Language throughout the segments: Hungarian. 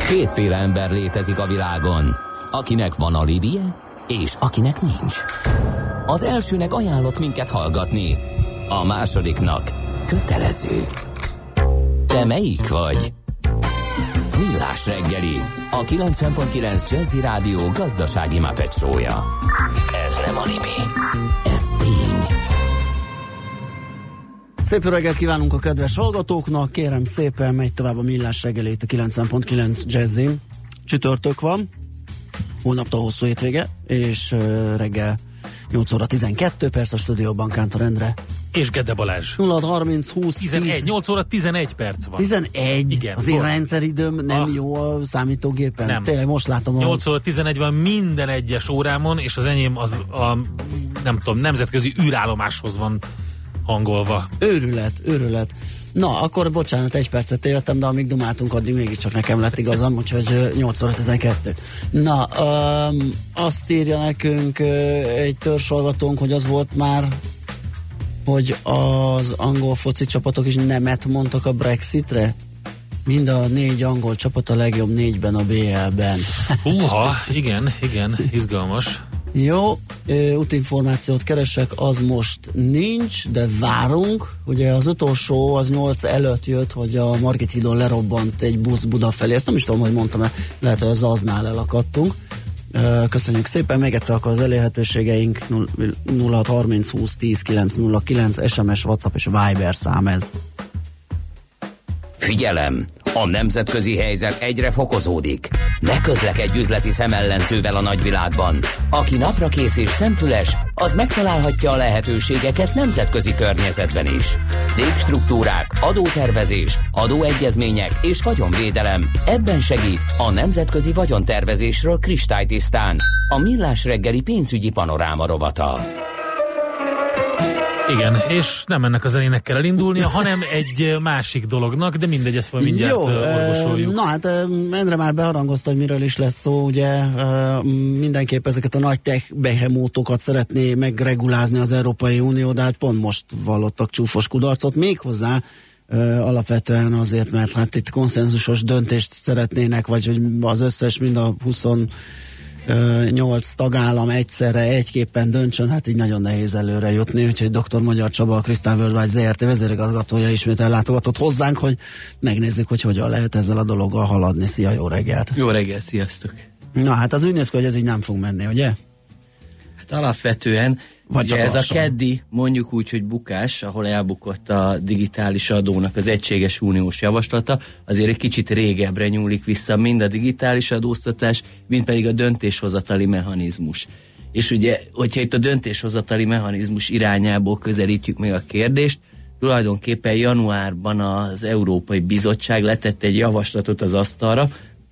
Kétféle ember létezik a világon, akinek van alibije, és akinek nincs. Az elsőnek ajánlott minket hallgatni, a másodiknak kötelező. Te melyik vagy? Millás reggeli, a 90.9 Jazzy Rádió gazdasági Muppet show-ja. Ez nem anime, ez tény. Szép jó reggelt kívánunk a kedves hallgatóknak, kérem szépen, megy tovább a Millás reggeli itt a 90.9 Jazzy. Csütörtök van, holnaptól hosszú hétvége, és reggel 8 óra 12 perc a stúdióban Kántor Endre. És Gede Balázs. 0-30-20-10. 11, 8 óra 11 perc van. 11? Igen. Az én rendszeridőm nem jó a számítógépen? Nem. Tényleg most látom. 8 óra 11 van minden egyes órámon, és az enyém az a, nem tudom, nemzetközi űrállomáshoz van hangolva. Őrület. Na, akkor bocsánat, egy percet tévedtem, de amíg dumáltunk, addig mégiscsak nekem lett igazam, úgyhogy 8 óra 12. Na, azt írja nekünk egy törzshallgatónk, hogy az volt már, hogy az angol foci csapatok is nemet mondtak a Brexitre. Mind a 4 angol csapat a legjobb 4-ben a BL-ben. Húha, igen, izgalmas. Jó, útinformációt keresek, az most nincs, de várunk. Ugye az utolsó, az 8 előtt jött, hogy a Margit hídon lerobbant egy busz Buda felé. Ezt nem is tudom, hogy mondtam-e, lehet, hogy az aznál elakadtunk. Köszönjük szépen, még egyszer akkor az elérhetőségeink 0630 20 10 909, SMS, WhatsApp és Viber szám ez. Figyelem! A nemzetközi helyzet egyre fokozódik. Ne közlekedj üzleti szemellenzővel a nagyvilágban. Aki naprakész és szemfüles, az megtalálhatja a lehetőségeket nemzetközi környezetben is. Cégstruktúrák, adótervezés, adóegyezmények és vagyonvédelem. Ebben segít a nemzetközi vagyontervezésről kristálytisztán a Millás reggeli pénzügyi panoráma rovata. Igen, és nem ennek a zenének kell elindulnia, hanem egy másik dolognak, de mindegy, ezt majd mindjárt orvosoljuk. Na hát Endre már beharangozta, hogy miről is lesz szó, ugye mindenképp ezeket a nagy tech behemótokat szeretné megregulázni az Európai Unió, de hát pont most vallottak csúfos kudarcot, méghozzá alapvetően azért, mert hát itt konszenzusos döntést szeretnének, vagy hogy az összes, mind a 28 tagállam egyszerre egyképpen döntsön, hát így nagyon nehéz előre jutni, úgyhogy dr. Magyar Csaba, a Crystal Worldwide ZRT vezérigazgatója ismét ellátogatott hozzánk, hogy megnézzük, hogy hogyan lehet ezzel a dologgal haladni. Szia, jó reggelt! Jó reggelt, sziasztok! Na hát az úgy néz ki, hogy ez így nem fog menni, ugye? Hát alapvetően ugye ez lassan. a keddi, mondjuk úgy, hogy bukás, ahol elbukott a digitális adónak az egységes uniós javaslata, azért egy kicsit régebbre nyúlik vissza mind a digitális adóztatás, mind pedig a döntéshozatali mechanizmus. És ugye, hogyha itt a döntéshozatali mechanizmus irányából közelítjük meg a kérdést, tulajdonképpen januárban az Európai Bizottság letett egy javaslatot az asztalra,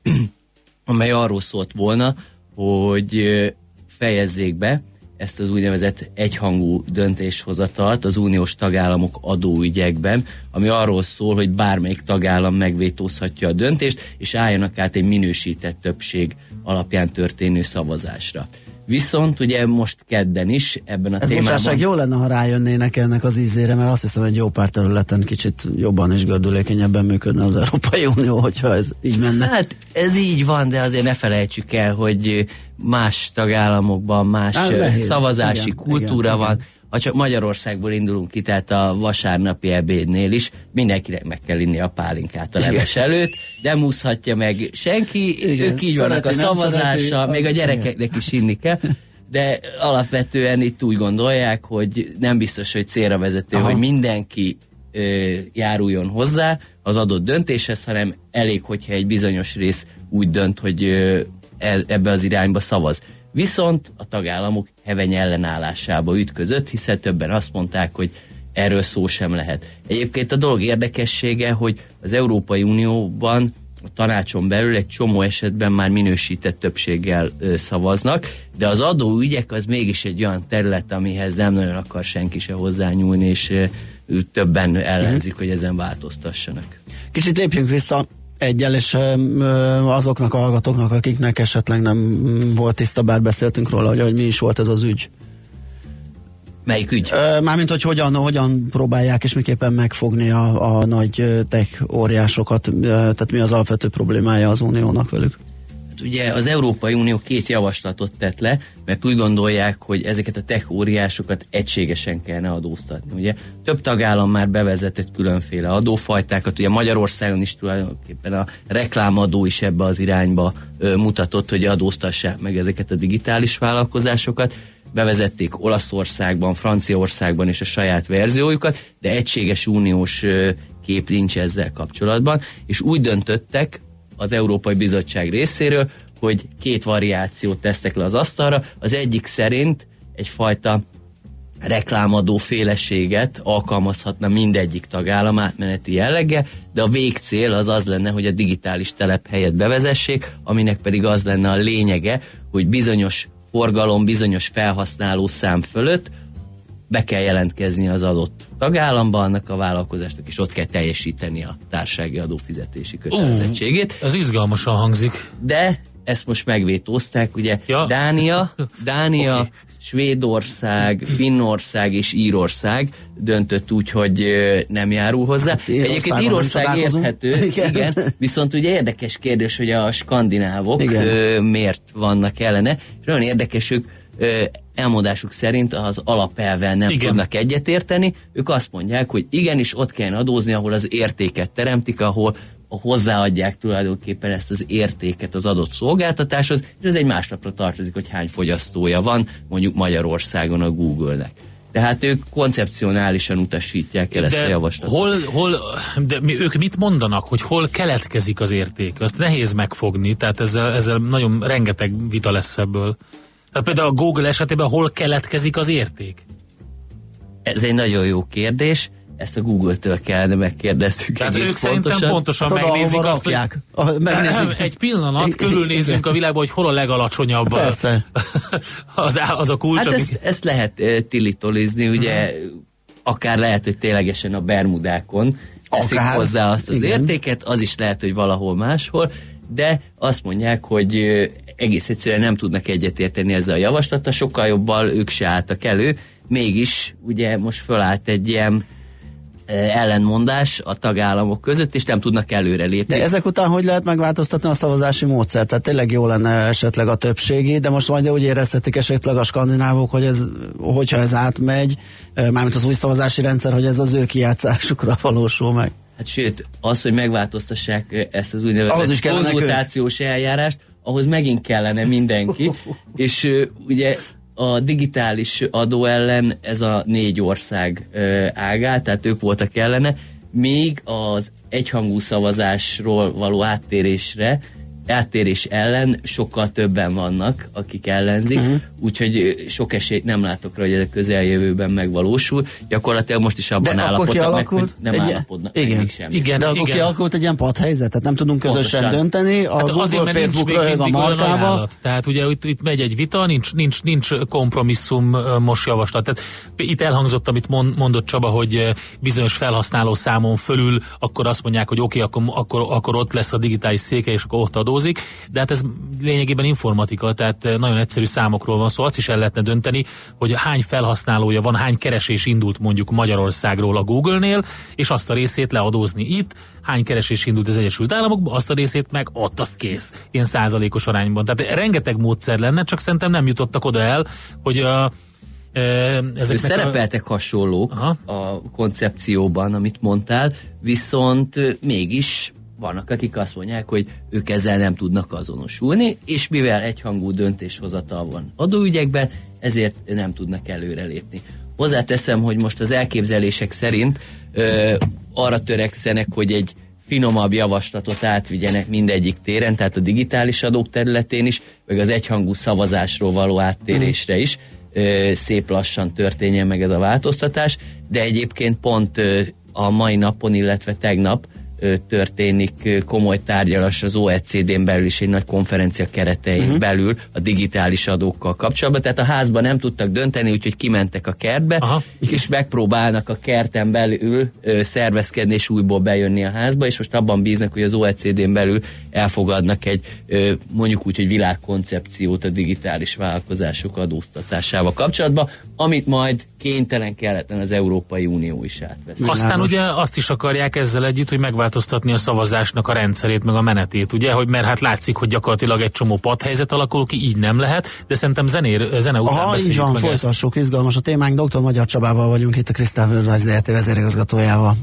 amely arról szólt volna, hogy fejezzék be ezt az úgynevezett egyhangú döntéshozatalt az uniós tagállamok adóügyekben, ami arról szól, hogy bármelyik tagállam megvétózhatja a döntést, és álljanak át egy minősített többség alapján történő szavazásra. Viszont ugye most kedden is ebben a témában... Ez jó lenne, ha rájönnének ennek az ízére, mert azt hiszem, hogy jó pár területen kicsit jobban és gördülékenyebben működne az Európai Unió, hogyha ez így menne. Hát ez így van, de azért ne felejtsük el, hogy más tagállamokban más szavazási kultúra van. Ha csak Magyarországból indulunk ki, tehát a vasárnapi ebédnél is mindenkinek meg kell inni a pálinkát a leves előtt, nem úszhatja meg senki, ők így vannak a szavazással, még a gyerekeknek is inni kell, de alapvetően itt úgy gondolják, hogy nem biztos, hogy célra vezető, hogy mindenki járuljon hozzá az adott döntéshez, hanem elég, hogyha egy bizonyos rész úgy dönt, hogy ebbe az irányba szavaz. Viszont a tagállamok heveny ellenállásába ütközött, hiszen többen azt mondták, hogy erről szó sem lehet. Egyébként a dolog érdekessége, hogy az Európai Unióban a tanácson belül egy csomó esetben már minősített többséggel szavaznak, de az adóügyek az mégis egy olyan terület, amihez nem nagyon akar senki se hozzányúlni, és többen ellenzik, hogy ezen változtassanak. Kicsit lépjünk vissza egyel, és azoknak a hallgatóknak, akiknek esetleg nem volt tiszta, bár beszéltünk róla, hogy mi is volt ez az ügy. Melyik ügy? Mármint, hogy hogyan próbálják és miképpen megfogni a nagy tech óriásokat, tehát mi az alapvető problémája az Uniónak velük? Ugye az Európai Unió 2 javaslatot tett le, mert úgy gondolják, hogy ezeket a tech óriásokat egységesen kellene adóztatni. Ugye több tagállam már bevezetett különféle adófajtákat, ugye Magyarországon is tulajdonképpen a reklámadó is ebbe az irányba mutatott, hogy adóztassák meg ezeket a digitális vállalkozásokat. Bevezették Olaszországban, Franciaországban is a saját verziójukat, de egységes uniós kép nincs ezzel kapcsolatban, és úgy döntöttek az Európai Bizottság részéről, hogy 2 variációt tesztek le az asztalra. Az egyik szerint egyfajta reklámadó féleséget alkalmazhatna mindegyik tagállam átmeneti jelleggel, de a végcél az lenne, hogy a digitális telephelyet bevezessék, aminek pedig az lenne a lényege, hogy bizonyos forgalom, bizonyos felhasználó szám fölött be kell jelentkezni az adott tagállamba annak a vállalkozásnak, és ott kell teljesíteni a társasági adófizetési kötelezettségét. Ez izgalmasan hangzik. De ezt most megvétózták, ugye Dánia, okay. Svédország, Finnország és Írország döntött úgy, hogy nem járul hozzá. Hát egyébként Írország érthető, igen, viszont ugye érdekes kérdés, hogy a skandinávok miért vannak ellene, és nagyon érdekes, ők elmondásuk szerint az alapelvvel nem tudnak egyetérteni. Ők azt mondják, hogy igenis ott kell adózni, ahol az értéket teremtik, ahol hozzáadják tulajdonképpen ezt az értéket az adott szolgáltatáshoz, és ez egy másnapra tartozik, hogy hány fogyasztója van, mondjuk Magyarországon a Google-nek. Tehát ők koncepcionálisan utasítják el ezt a javaslatot. De ők mit mondanak, hogy hol keletkezik az érték? Azt nehéz megfogni, tehát ezzel nagyon rengeteg vita lesz ebből. Tehát például a Google esetében hol keletkezik az érték? Ez egy nagyon jó kérdés. Ezt a Google-től kellene megkérdezzük. Tehát ők szerintem pontosan megnézik azt, hogy egy pillanat körülnézünk a világban, hogy hol a legalacsonyabb az a kulcs. Hát ezt lehet tilitolizni, ugye akár lehet, hogy ténylegesen a Bermudákon eszik hozzá azt az értéket, az is lehet, hogy valahol máshol, de azt mondják, hogy egész egyszerűen nem tudnak egyetérteni ezzel a javaslattal, sokkal jobban ők se álltak elő, mégis ugye most fölállt egy ilyen ellenmondás a tagállamok között, és nem tudnak előrelépni. De ezek után hogy lehet megváltoztatni a szavazási módszert? Tehát tényleg jó lenne esetleg a többségi, de most majd úgy érezhetik esetleg a skandinávok, hogy hogyha ez átmegy, mármint az új szavazási rendszer, hogy ez az ő kijátszásukra valósul meg. Hát sőt, az, hogy megváltoztassák ezt az úgynevezett konzultációs eljárást, ahhoz megint kellene mindenki, és ugye a digitális adó ellen ez a 4 ország ágál, tehát ők voltak ellene, míg az egyhangú szavazásról való áttérés ellen sokkal többen vannak, akik ellenzik, úgyhogy sok esélyt nem látok rá, hogy ez a közeljövőben megvalósul. Gyakorlatilag most is abban állapodtak meg, hogy nem állapodnak meg semmi. De akkor kialakult egy ilyen padhelyzet, tehát nem tudunk közösen dönteni, a Google, Facebook röhög a markába. Tehát ugye itt megy egy vita, nincs kompromisszumos javaslat. Tehát itt elhangzott, amit mondott Csaba, hogy bizonyos felhasználó számon fölül, akkor azt mondják, hogy oké, akkor ott lesz a digitális széke, és akkor ott adózik, de hát ez lényegében informatika, tehát nagyon egyszerű számokról van szó, azt is el lehetne dönteni, hogy hány felhasználója van, hány keresés indult mondjuk Magyarországról a Google-nél, és azt a részét leadózni itt, hány keresés indult az Egyesült Államokban, azt a részét meg ott, azt kész, ilyen százalékos arányban. Tehát rengeteg módszer lenne, csak szerintem nem jutottak oda el, hogy szerepeltek hasonlók a koncepcióban, amit mondtál, viszont mégis vannak, akik azt mondják, hogy ők ezzel nem tudnak azonosulni, és mivel egyhangú döntéshozatal van adóügyekben, ezért nem tudnak előrelépni. Hozzáteszem, hogy most az elképzelések szerint arra törekszenek, hogy egy finomabb javaslatot átvigyenek mindegyik téren, tehát a digitális adók területén is, meg az egyhangú szavazásról való áttérésre is szép lassan történjen meg ez a változtatás, de egyébként pont a mai napon, illetve tegnap történik komoly tárgyalás az OECD-n belül is egy nagy konferencia keretein belül a digitális adókkal kapcsolatban. Tehát a házban nem tudtak dönteni, úgyhogy kimentek a kertbe, és megpróbálnak a kerten belül szervezkedni és újból bejönni a házba, és most abban bíznak, hogy az OECD-n belül elfogadnak egy mondjuk úgy, hogy világkoncepciót a digitális vállalkozások adóztatásával kapcsolatban. amit majd kelletlen az Európai Unió is átvesz. Aztán ugye azt is akarják ezzel együtt, hogy megváltoztatni a szavazásnak a rendszerét, meg a menetét, ugye, hogy mert hát látszik, hogy gyakorlatilag egy csomó padhelyzet alakul ki, így nem lehet, de szerintem zene után beszéljük így van, meg folytassuk, izgalmas a témánk. Dr. Magyar Csabával vagyunk itt, a Crystal Worldwide ZRT vezérigazgatójával.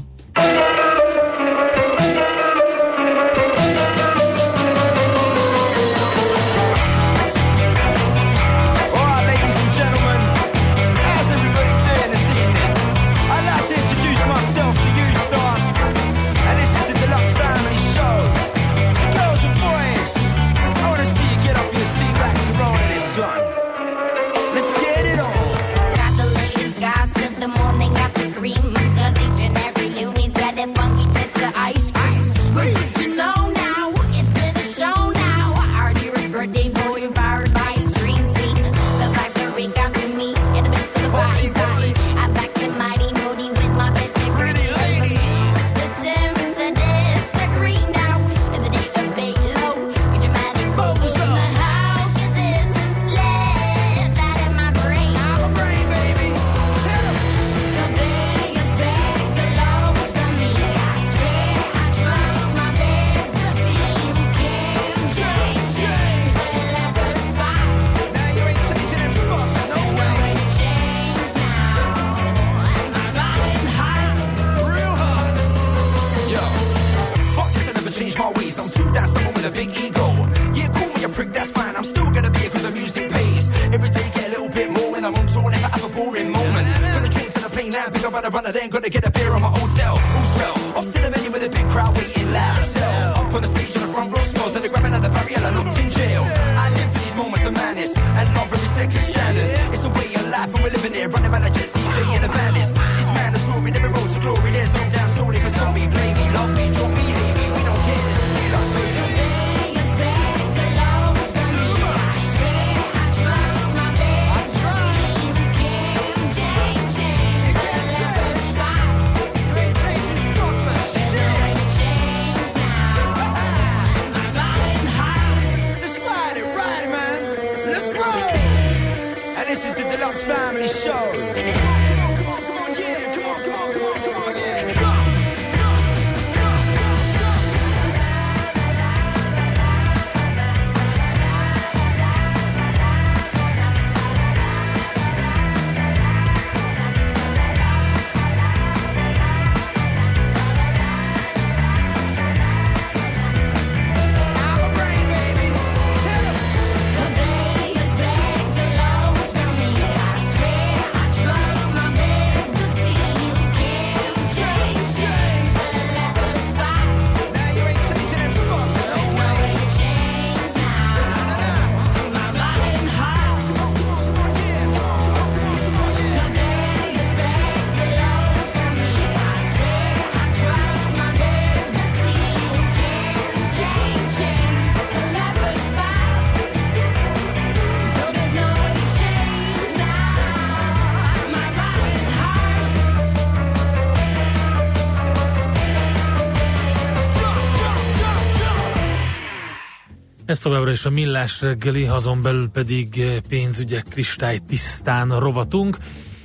Ez továbbra is a Millás reggeli, azon belül pedig pénzügyek kristálytisztán rovatunk,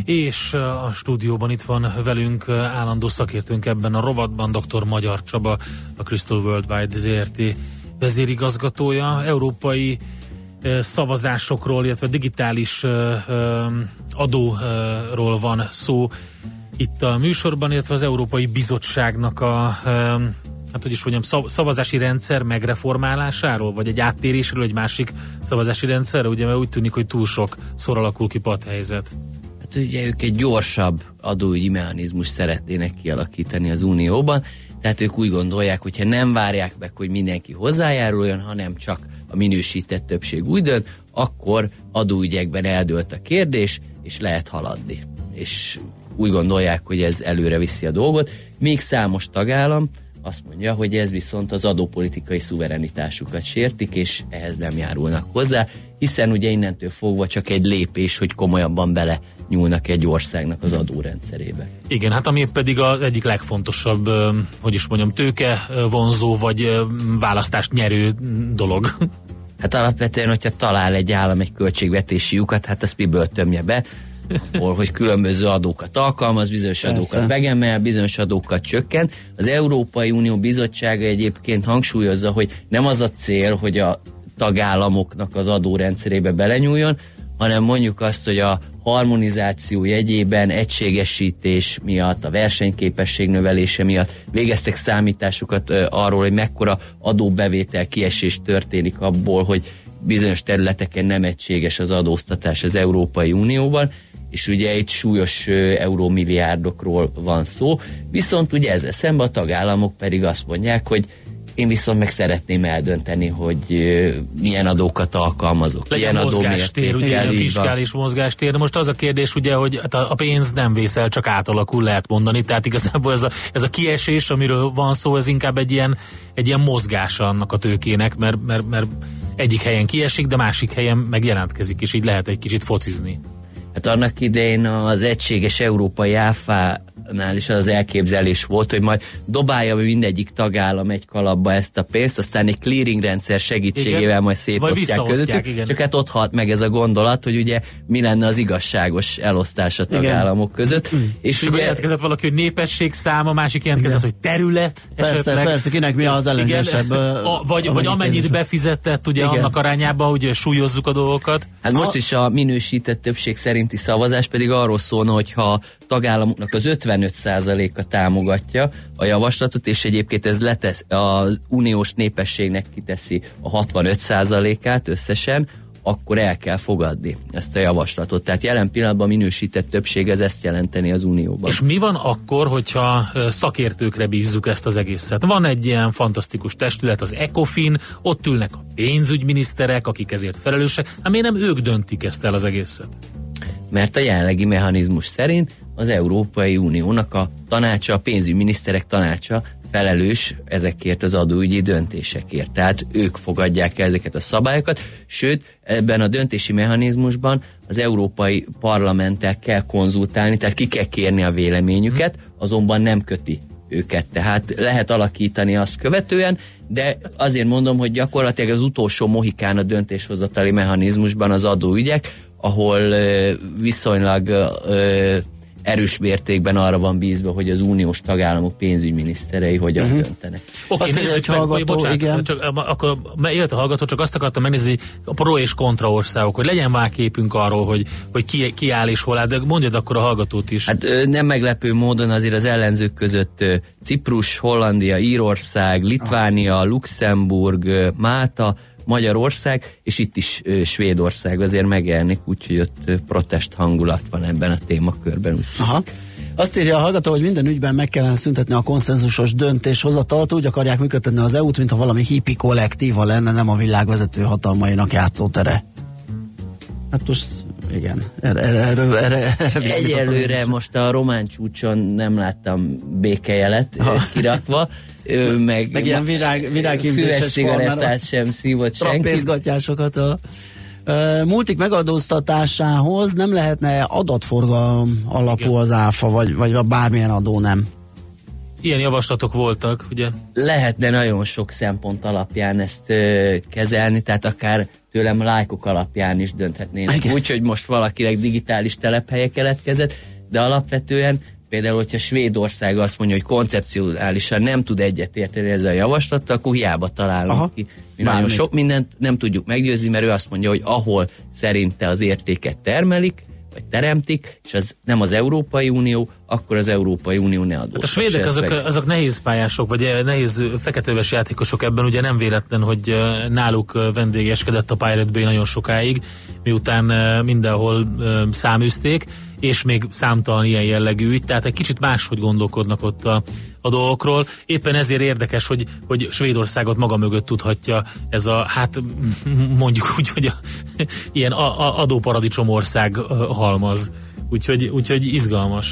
és a stúdióban itt van velünk állandó szakértőnk ebben a rovatban, dr. Magyar Csaba, a Crystal Worldwide ZRT vezérigazgatója. Európai szavazásokról, illetve digitális adóról van szó itt a műsorban, illetve az Európai Bizottságnak a hát hogy is mondjam, szavazási rendszer megreformálásáról, vagy egy áttérésről egy másik szavazási rendszerre, ugye, mert úgy tűnik, hogy túl sokszor alakul ki padhelyzet. Hát ugye ők egy gyorsabb adóügyi mechanizmus szeretnének kialakítani az Unióban, tehát ők úgy gondolják, hogyha nem várják meg, hogy mindenki hozzájáruljon, hanem csak a minősített többség úgy dönt, akkor adóügyekben eldőlt a kérdés, és lehet haladni. És úgy gondolják, hogy ez előre viszi a dolgot, még számos tagállam azt mondja, hogy ez viszont az adópolitikai szuverenitásukat sértik, és ehhez nem járulnak hozzá, hiszen ugye innentől fogva csak egy lépés, hogy komolyabban bele nyúlnak egy országnak az adórendszerébe. Igen, hát ami pedig az egyik legfontosabb, hogy is mondjam, tőke vonzó, vagy választást nyerő dolog. Hát alapvetően, hogyha talál egy állam egy költségvetési lyukat, hát ezt miből tömje be? hogy különböző adókat alkalmaz, bizonyos adókat megemel, bizonyos adókat csökkent. Az Európai Unió Bizottsága egyébként hangsúlyozza, hogy nem az a cél, hogy a tagállamoknak az adórendszerébe belenyúljon, hanem mondjuk azt, hogy a harmonizáció jegyében, egységesítés miatt, a versenyképesség növelése miatt végeztek számításokat arról, hogy mekkora adóbevétel kiesés történik abból, hogy bizonyos területeken nem egységes az adóztatás az Európai Unióban, és ugye itt súlyos eurómilliárdokról van szó, viszont ugye ezzel szemben a tagállamok pedig azt mondják, hogy én viszont meg szeretném eldönteni, hogy milyen adókat alkalmazok. Legyen mozgástér, ugye a fiskális mozgástér. Most az a kérdés, ugye, hogy a pénz nem vészel, csak átalakul, lehet mondani. Tehát igazából ez a kiesés, amiről van szó, ez inkább egy ilyen mozgása annak a tőkének, mert egyik helyen kiesik, de másik helyen megjelentkezik, és így lehet egy kicsit focizni. Hát annak idején az egységes európai áfánál is az elképzelés volt, hogy majd dobálja mindegyik tagállam egy kalapba ezt a pénzt, aztán egy clearing rendszer segítségével majd szétosztják közöttük. Csak hát ott halt meg ez a gondolat, hogy ugye mi lenne az igazságos elosztás a tagállamok között. És ugye jelentkezett valaki, hogy népesség száma, másik jelentkezett, hogy terület esetleg. Persze, kinek mi az előnyösebb. Vagy amennyit befizetett, ugye annak arányában, hogy súlyozzuk a dolgokat. Hát most is a minősített többség szerinti szavazás pedig arról szólna, hogyha a tagállamoknak az 55%-a támogatja a javaslatot, és egyébként ez az uniós népességnek kiteszi a 65%-át összesen, akkor el kell fogadni ezt a javaslatot. Tehát jelen pillanatban minősített többség, ez ezt jelenteni az Unióban. És mi van akkor, hogyha szakértőkre bízzuk ezt az egészet? Van egy ilyen fantasztikus testület, az ECOFIN, ott ülnek a pénzügyminiszterek, akik ezért felelősek, hát miért nem ők döntik ezt el az egészet? Mert a jelenlegi mechanizmus szerint az Európai Uniónak a tanácsa, a pénzügyminiszterek tanácsa felelős ezekért az adóügyi döntésekért. Tehát ők fogadják el ezeket a szabályokat, sőt, ebben a döntési mechanizmusban az Európai Parlamenttel kell konzultálni, tehát ki kell kérni a véleményüket, azonban nem köti őket. Tehát lehet alakítani azt követően, de azért mondom, hogy gyakorlatilag az utolsó mohikán a döntéshozatali mechanizmusban az adóügyek, ahol viszonylag erős mértékben arra van bízva, hogy az uniós tagállamok pénzügyminiszterei hogyan döntenek. Oké, nézzük meg, bocsánat, csak, akkor jött a hallgató, csak azt akartam megnézni a pro és kontra országok, hogy legyen már képünk arról, hogy ki áll és hol áll, de mondjad akkor a hallgatót is. Hát nem meglepő módon azért az ellenzők között Ciprus, Hollandia, Írország, Litvánia, Luxemburg, Málta, Magyarország, és itt is Svédország azért megjelenik, úgyhogy ott protest hangulat van ebben a témakörben. Aha. Azt írja a hallgató, hogy minden ügyben meg kellene szüntetni a konszenzusos döntéshozatalt, úgy akarják működtetni az EU-t, mint ha valami hippi kollektíva lenne, nem a világ vezető hatalmainak játszótere. Hát most igen, erre egyelőre most a román csúcson nem láttam békejelet kirakva, meg ilyen virágimzéses cigarettát sem szívott senki. Trampézgatjásokat a multik megadóztatásához nem lehetne adatforgalom alapú az áfa, vagy bármilyen adó, nem? Ilyen javaslatok voltak, ugye? Lehetne nagyon sok szempont alapján ezt kezelni, tehát akár tőlem lájkok alapján is dönthetnének. Úgyhogy most valakinek digitális telephely keletkezett, de alapvetően például, hogyha Svédország azt mondja, hogy koncepcionálisan nem tud egyetérteni ezzel a javaslattal, akkor hiába találunk ki. Mi nagyon sok mindent nem tudjuk meggyőzni, mert ő azt mondja, hogy ahol szerinte az értéket termelik, vagy teremtik, és az nem az Európai Unió, akkor az Európai Unió ne adóztassa. Hát a svédek azok nehéz pályások, vagy nehéz feketőves játékosok ebben, ugye nem véletlen, hogy náluk vendégeskedett a Pirate Bay nagyon sokáig, miután mindenhol száműzték, és még számtalan ilyen jellegű ügy, tehát egy kicsit máshogy gondolkodnak ott a dolgokról. Éppen ezért érdekes, hogy Svédországot maga mögött tudhatja ez a, hát mondjuk úgy, hogy ilyen adóparadicsom ország halmaz. Úgyhogy izgalmas.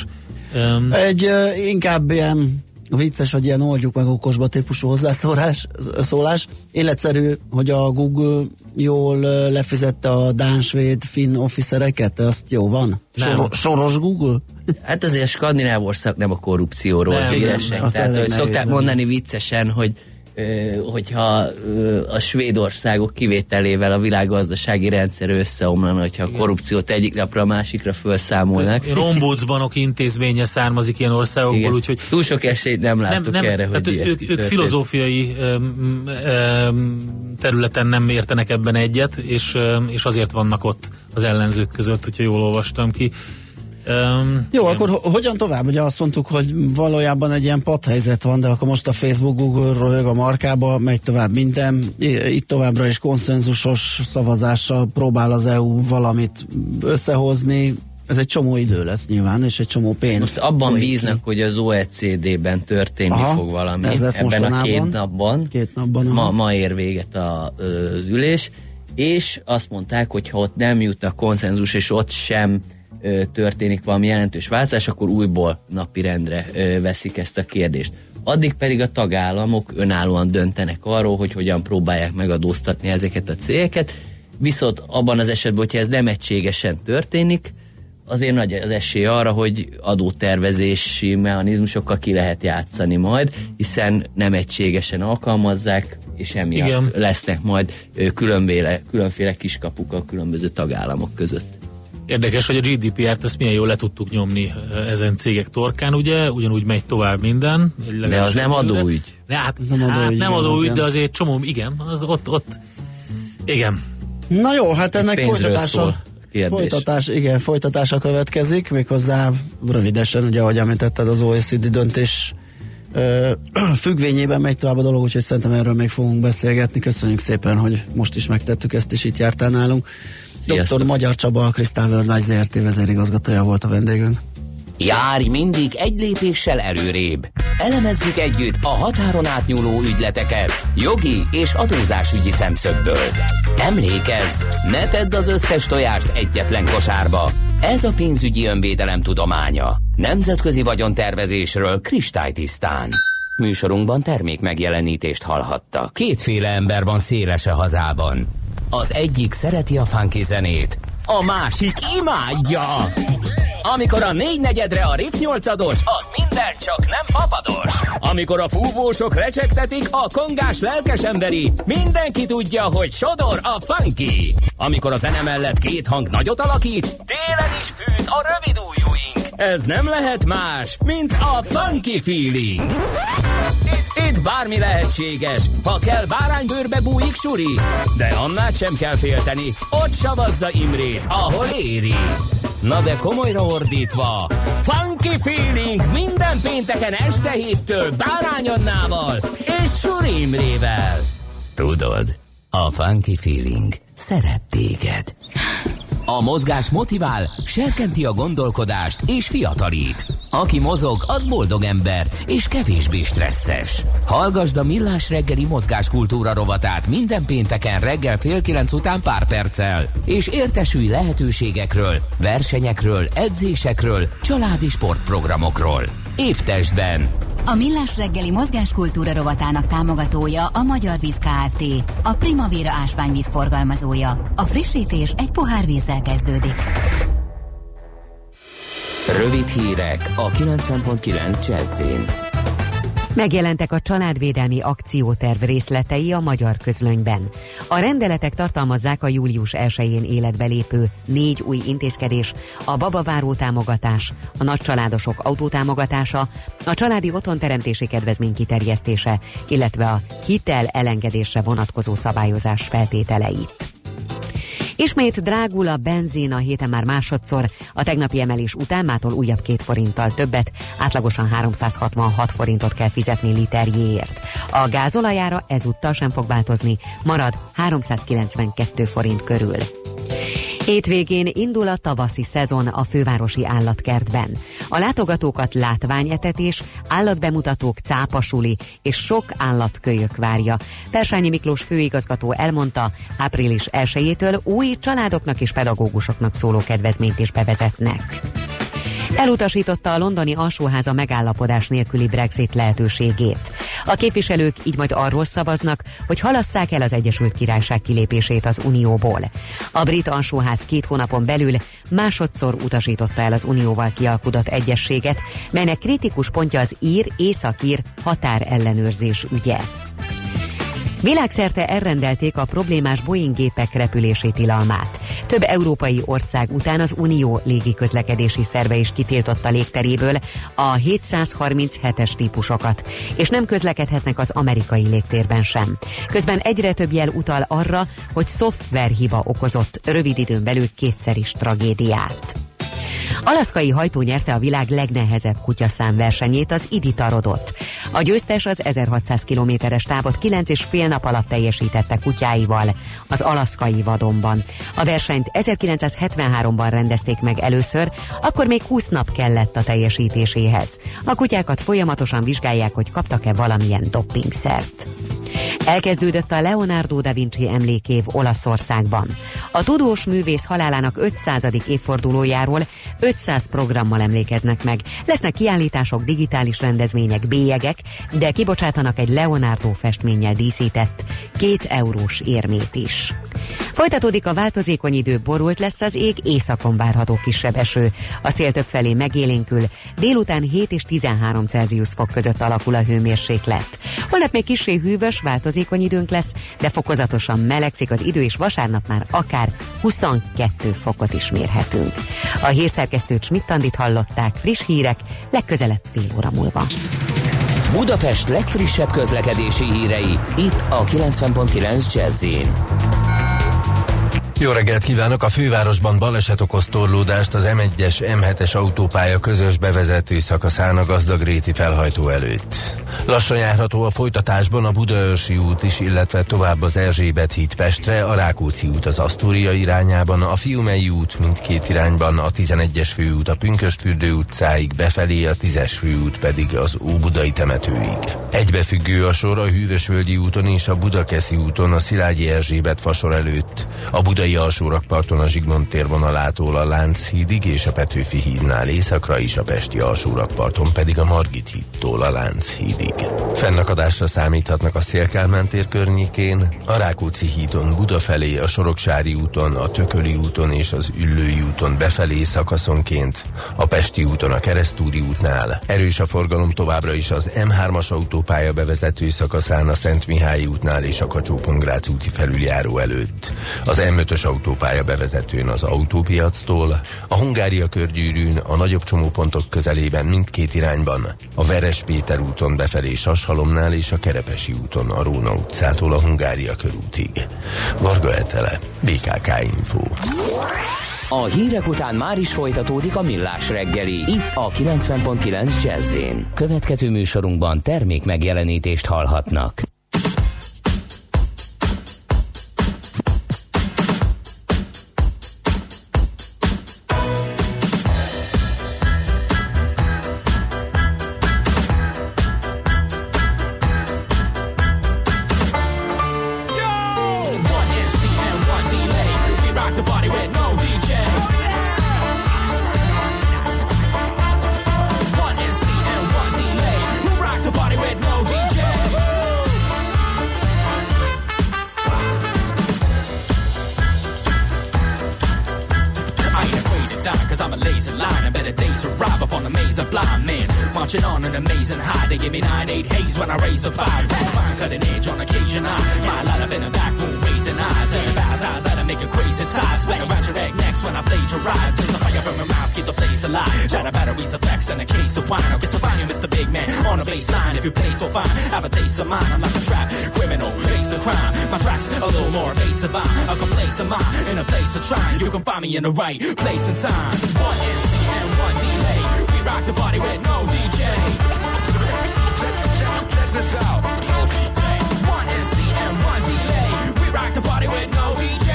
Egy inkább ilyen vicces, vagy ilyen oldjuk meg okosba típusú hozzászólás. Életszerű, hogy a Google jól lefizette a dán-svéd finn officereket, azt jó van? Soros Google? Hát azért Skandináv ország nem a korrupcióról híresen. Tehát, hogy szokták mondani viccesen, hogy hogyha a Svédországok kivételével a világgazdasági rendszer összeomlana, hogyha a korrupciót egyik napra a másikra felszámolnák. Ombudsmanok intézménye származik ilyen országokból, úgyhogy... Túl sok esélyt nem látok erre, hogy ők filozófiai területen nem értenek ebben egyet, és azért vannak ott az ellenzők között, hogyha jól olvastam ki. Jó, igen. Akkor hogyan tovább? Ugye azt mondtuk, hogy valójában egy ilyen padhelyzet van, de akkor most a Facebook, Google röhög a markába, megy tovább minden. Itt továbbra is konszenzusos szavazással próbál az EU valamit összehozni. Ez egy csomó idő lesz nyilván, és egy csomó pénz. Most abban bíznak, hogy az OECD-ben történni fog valami. Ebben a 2 napban. 2 napban. Ma ér véget az ülés, és azt mondták, hogy ha ott nem jut a konszenzus, és ott sem történik valami jelentős változás, akkor újból napirendre veszik ezt a kérdést. Addig pedig a tagállamok önállóan döntenek arról, hogy hogyan próbálják megadóztatni ezeket a cégeket, viszont abban az esetben, hogyha ez nem egységesen történik, azért nagy az esély arra, hogy adótervezési mechanizmusokkal ki lehet játszani majd, hiszen nem egységesen alkalmazzák, és emiatt lesznek majd különféle kiskapuk a különböző tagállamok között. Érdekes, hogy a GDPR-t ezt milyen jól le tudtuk nyomni ezen cégek torkán, ugye? Ugyanúgy megy tovább minden. De az nem adóügy. Nem adóügy, de azért csomó, igen, az ott igen. Na jó, hát ennek folytatása következik, méghozzá rövidesen, ugye, ahogy említetted, az OECD döntés függvényében megy tovább a dolog, úgyhogy szerintem erről még fogunk beszélgetni. Köszönjük szépen, hogy most is megtettük ezt, és itt jártál nálunk. Dr. Magyar Csaba, a Crystal Worldwide ZRT vezérigazgatója volt a vendégünk. Járj mindig egy lépéssel előrébb. Elemezzük együtt a határon átnyúló ügyleteket jogi és adózásügyi szemszögből. Emlékezz, ne tedd az összes tojást egyetlen kosárba. Ez a pénzügyi önvédelem tudománya. Nemzetközi vagyontervezésről kristálytisztán. Műsorunkban termék megjelenítést hallhattak. Kétféle ember van széles a hazában. Az egyik szereti a funky zenét, a másik imádja. Amikor a 4/4-re a Riff 8-ados, az minden, csak nem fapados. Amikor a fúvósok recsegtetik a kongás lelkesemberi, mindenki tudja, hogy sodor a funky. Amikor a zene mellett 2 hang nagyot alakít, télen is fűt a rövid ujjúink. Ez nem lehet más, mint a funky feeling. Itt bármi lehetséges, ha kell báránybőrbe bújik suri, de annál sem kell félteni, ott savazza Imrét, ahol éri. Na de komolyra ordítva, funky feeling minden pénteken este 7-től Bárány Annával és Suri Imrével. Tudod, a funky feeling szeret téged. A mozgás motivál, serkenti a gondolkodást és fiatalít. Aki mozog, az boldog ember és kevésbé stresszes. Hallgasd a Millás reggeli mozgáskultúra rovatát minden pénteken reggel 8:30 után pár perccel, és értesülj lehetőségekről, versenyekről, edzésekről, családi sportprogramokról. Épp testben. A Millás reggeli mozgáskultúra rovatának támogatója a Magyar Víz Kft., a Primavera ásványvíz forgalmazója. A frissítés egy pohár vízzel kezdődik. Rövid hírek a 90.9 Jazz-in. Megjelentek a családvédelmi akcióterv részletei a Magyar Közlönyben. A rendeletek tartalmazzák a július 1-én életbe lépő 4 új intézkedés, a babaváró támogatás, a nagycsaládosok autótámogatása, a családi otthonteremtési kedvezmény kiterjesztése, illetve a hitel elengedésre vonatkozó szabályozás feltételeit. Ismét drágul a benzin a héten már másodszor, a tegnapi emelés után mától újabb 2 forinttal többet, átlagosan 366 forintot kell fizetni literjéért. A gázolajára ezúttal sem fog változni, marad 392 forint körül. Hétvégén indul a tavaszi szezon a fővárosi állatkertben. A látogatókat látványetetés, állatbemutatók, cápasuli és sok állatkölyök várja. Persányi Miklós főigazgató elmondta, április 1-től új családoknak és pedagógusoknak szóló kedvezményt is bevezetnek. Elutasította a londoni alsóháza megállapodás nélküli Brexit lehetőségét. A képviselők így majd arról szavaznak, hogy halasszák el az Egyesült Királyság kilépését az Unióból. A brit alsóház 2 hónapon belül másodszor utasította el az Unióval kialkudott egyezséget, melynek kritikus pontja az észak-ír határellenőrzés ügye. Világszerte elrendelték a problémás Boeing gépek repülési tilalmát. Több európai ország után az Unió légiközlekedési szerve is kitiltotta légteréből a 737-es típusokat, és nem közlekedhetnek az amerikai légtérben sem. Közben egyre több jel utal arra, hogy szoftverhiba okozott rövid időn belül kétszer is tragédiát. Alaszkai hajtó nyerte a világ legnehezebb kutyaszám-versenyét, az Iditarodot. A győztes az 1600 kilométeres távot 9,5 nap alatt teljesítette kutyáival az alaszkai vadonban. A versenyt 1973-ban rendezték meg először, akkor még 20 nap kellett a teljesítéséhez. A kutyákat folyamatosan vizsgálják, hogy kaptak-e valamilyen doppingszert. Elkezdődött a Leonardo da Vinci emlékév Olaszországban. A tudós művész halálának 500. évfordulójáról 500 programmal emlékeznek meg. Lesznek kiállítások, digitális rendezvények, bélyegek, de kibocsátanak egy Leonardo festménnyel díszített 2 eurós érmét is. Folytatódik a változékony idő, borult lesz az ég, északon várható kisebb eső. A szél többfelé megélénkül, délután 7 és 13 Celsius fok között alakul a hőmérséklet. Holnap még kissé hűvös, változékony időnk lesz, de fokozatosan melegszik az idő, és vasárnap már akár 22 fokot is mérhetünk. A hírszerkesztőt Schmidt-Andit hallották, friss hírek legközelebb fél óra múlva. Budapest legfrissebb közlekedési hírei, itt a 90.9 Jazz-in. Jó reggelt kívánok! A fővárosban baleset okoz torlódást az M1-es, M7-es autópálya közös bevezető szakaszán a Gazdagréti felhajtó előtt. Lassan járható a folytatásban a Budaörsi út is, illetve tovább az Erzsébet híd Pestre, a Rákóczi út az Asztória irányában, a Fiumei út mindkét irányban, a 11-es főút a Pünkösdfürdő utcáig befelé, a 10-es főút pedig az Óbudai temetőig. Egybefüggő a sor a Hűvösvölgyi úton és a Budakeszi úton a Szilágyi Erzsébet fasor előtt, a Budai alsórakparton a Zsigmond térvonalától a Lánchídig és a Petőfi hídnál északra is, a Pesti alsórakparton pedig a Margit hídtól a Lánchídig. Fennakadásra számíthatnak a Széll-Kálmán tér környékén, a Rákóczi hídon Budafelé, a Soroksári úton, a Tököli úton és az Üllői úton befelé szakaszonként, a Pesti úton a Keresztúri útnál. Erős a forgalom továbbra is az M3-as autópálya bevezető szakaszán, a Szentmihályi útnál és a Kacsó-Pongrác úti felüljáró előtt. Az M5-ös autópálya bevezetőn az Autópiactól, a Hungária körgyűrűn, a nagyobb csomópontok közelében mindkét irányban, a Veres Péter úton befelé Sashalomnál és a Kerepesi úton a Róna utcától a Hungária körútig. Varga Etele, BKK Info. A hírek után már is folytatódik a Millás reggeli, itt a 90.9 Jazz-in. Következő műsorunkban termék megjelenítést hallhatnak. Marching on an amazing high. They give me 9-8 haze when I raise a five. Fine cutting edge on occasion. My line up in the back room raising eyes. Everybody's eyes let make a crazy tie. Split around your neck next when I plagiarize. There's a fire from my mouth, keep the place alive. Shatter batteries of flex and a case of wine. I'll get so fine, you Mr. Big Man on the baseline. If you play so fine, have a taste of mine. I'm like a trap criminal, face the crime. My track's a little more evasive. I'm a complacent mind in a place of trying. You can find me in the right place and time. 1 NC and 1 delay. We rock the party with no DJ. Check this out. No DJ. 1 NC and 1 delay. We rock the party with no DJ.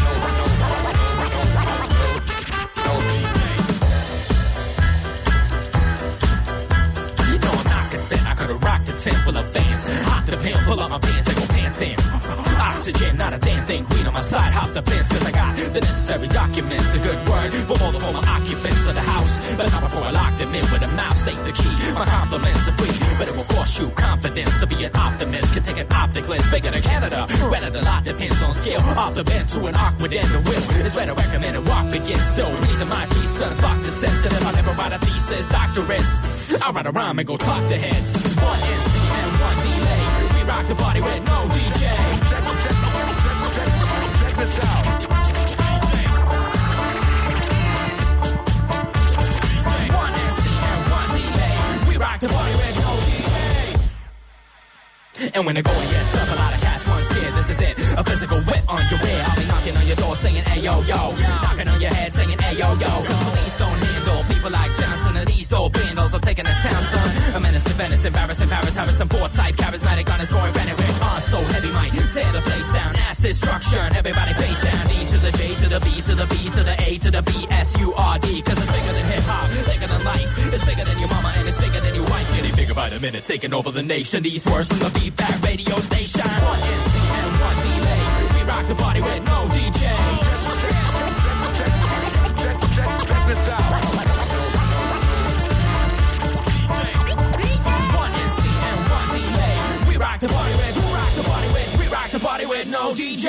No DJ. You know I'm not content. I could've rocked a tent full of fans. Hop the pin, pull up my pants and go pants in. Oxygen, not a damn thing. Green on my side, hop the fence, cause I got the necessary documents. A good word for all the former occupants of the house. But not before I lock them in with a mouse, ain't the key. My compliments are free, but it will cost you confidence. To be an optimist can take an optic lens bigger than Canada. Rather than a lot depends on scale. Off the bend to an awkward end, the will is where to recommend a walk begins. So reason my free son talk to sense. And if I never write a thesis, doctorates, I'll write a rhyme and go talk to heads. 1 NC and 1 delay. We rock the party with no DJ. Check this out. One MC and one delay. We rock the party with no DJ. And when the going gets up, a lot of cats weren't scared. This is it, a physical whip on your rear. I'll be knocking on your door saying, hey yo yo. Knocking on your head saying, hey yo yo. Cause police don't handle people like Johnson. And these dope bandals are taking the town, son. A menace to Venice, embarrassing Paris. Harrison Ford type, charismatic on his scoring Bennett with so heavy might tear the place down. Ass destruction, everybody face down. D to the J to the B to the B to the A to the B S-U-R-D. Cause it's bigger than hip hop, bigger than life. It's bigger than your mama and it's bigger than your wife. Getting bigger by the minute, taking over the nation. These words from the beatback radio station. One MC and one delay. We rock the party with no DJ. Check this out. One MC and one delay. We rock the party with, we rock the party with, we rock the party with no DJ.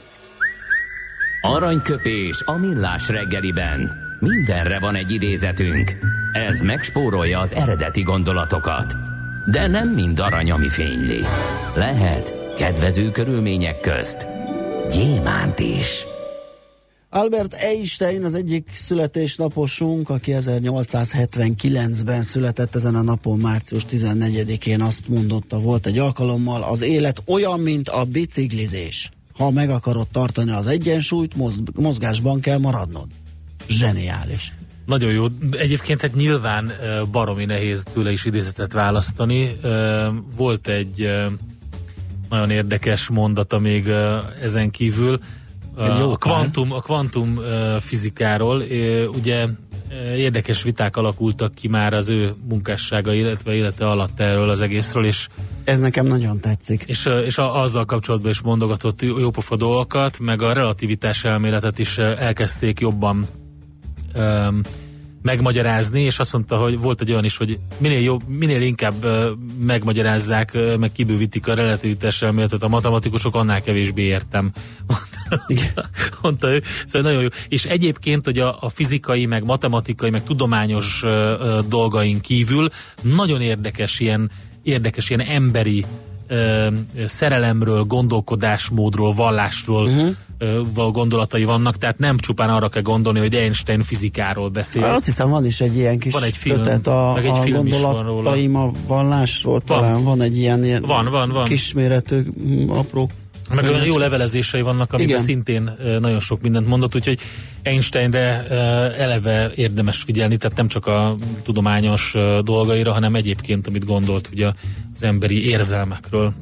Aranyköpés a millás reggeliben. Mindenre van egy idézetünk. Ez megspórolja az eredeti gondolatokat. De nem mind arany, ami fényli. Lehet kedvező körülmények közt gyémánt is. Albert Einstein az egyik születésnaposunk, aki 1879-ben született, ezen a napon március 14-én azt mondotta, volt egy alkalommal: az élet olyan, mint a biciklizés. Ha meg akarod tartani az egyensúlyt, mozgásban kell maradnod. Zseniális. Nagyon jó. Egyébként hát nyilván baromi nehéz tőle is idézetet választani. Volt egy nagyon érdekes mondata még ezen kívül. A kvantum fizikáról. Ugye érdekes viták alakultak ki már az ő munkássága, illetve élete alatt erről az egészről, és ez nekem nagyon tetszik. És azzal kapcsolatban is mondogatott jópofa dolgokat, meg a relativitás elméletet is elkezdték jobban megmagyarázni, és azt mondta, hogy volt egy olyan is, hogy minél inkább megmagyarázzák, meg kibővítik a relativitás elméletet a matematikusok, annál kevésbé értem. Mondta ő. Szóval nagyon jó. És egyébként, hogy a fizikai, meg matematikai, meg tudományos dolgain kívül nagyon érdekes ilyen emberi szerelemről, gondolkodásmódról, vallásról gondolatai vannak, tehát nem csupán arra kell gondolni, hogy Einstein fizikáról beszél. Azt hiszem, van is egy ilyen kis ötlet a gondolataim a vallásról, talán van egy ilyen van. kisméretű apró. Meg olyan jó levelezései vannak, amiben szintén nagyon sok mindent mondott, úgyhogy Einsteinre eleve érdemes figyelni, tehát nem csak a tudományos dolgaira, hanem egyébként, amit gondolt ugye az emberi érzelmekről.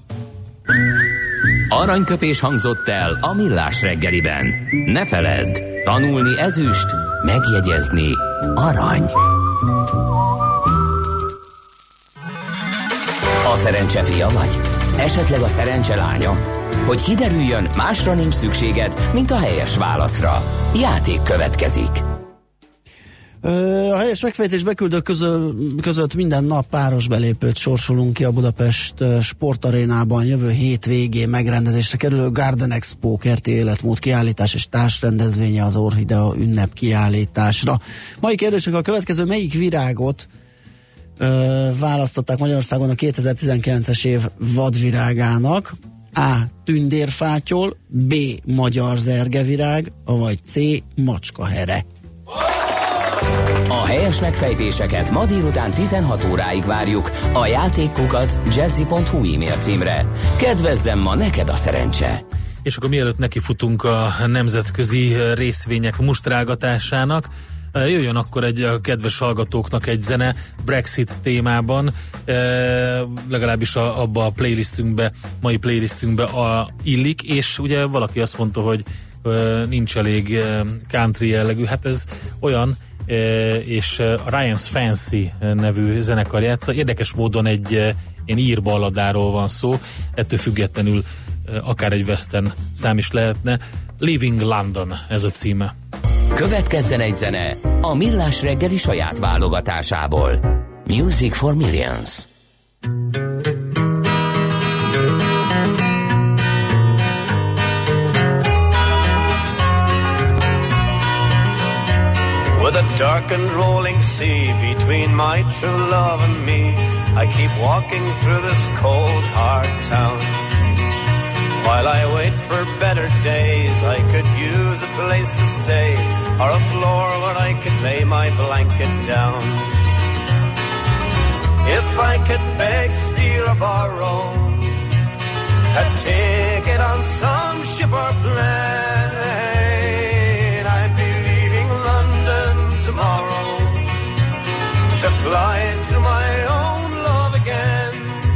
Aranyköpés hangzott el a millás reggeliben. Ne feledd, tanulni ezüst, megjegyezni arany. A szerencse fia vagy? Esetleg a szerencse lánya? Hogy kiderüljön, másra nincs szükséged, mint a helyes válaszra. Játék következik. A helyes megfejtés beküldők között minden nap páros belépőt sorsolunk ki a Budapest Sportarénában jövő hét végén megrendezésre kerülő Garden Expo kerti életmód kiállítás és társrendezvénye az Orchidea ünnep kiállításra. Mai kérdések a következő: melyik virágot választották Magyarországon a 2019-es év vadvirágának? A. Tündérfátyol, B. Magyar zergevirág, vagy C. Macskahere. A helyes megfejtéseket ma délután 16 óráig várjuk a játékkukac jazzy.hu e-mail címre. Kedvezzem ma neked a szerencse! És akkor mielőtt nekifutunk a nemzetközi részvények mustrágatásának, jöjjön akkor a kedves hallgatóknak egy zene Brexit témában, legalábbis abba a playlistünkbe, mai playlistünkbe illik, és ugye valaki azt mondta, hogy nincs elég country jellegű, hát ez olyan, és a Ryan's Fancy nevű zenekar játsza. Érdekes módon egy ilyen ír balladáról van szó, ettől függetlenül akár egy western szám is lehetne. Leaving London ez a címe. Következzen egy zene a millás reggeli saját válogatásából. Music for Millions. With a dark and rolling sea between my true love and me. I keep walking through this cold, hard town. While I wait for better days, I could use a place to stay, or a floor where I could lay my blanket down. If I could beg, steal or borrow a ticket on some ship or plane, I'd be leaving London tomorrow to fly to my own love again.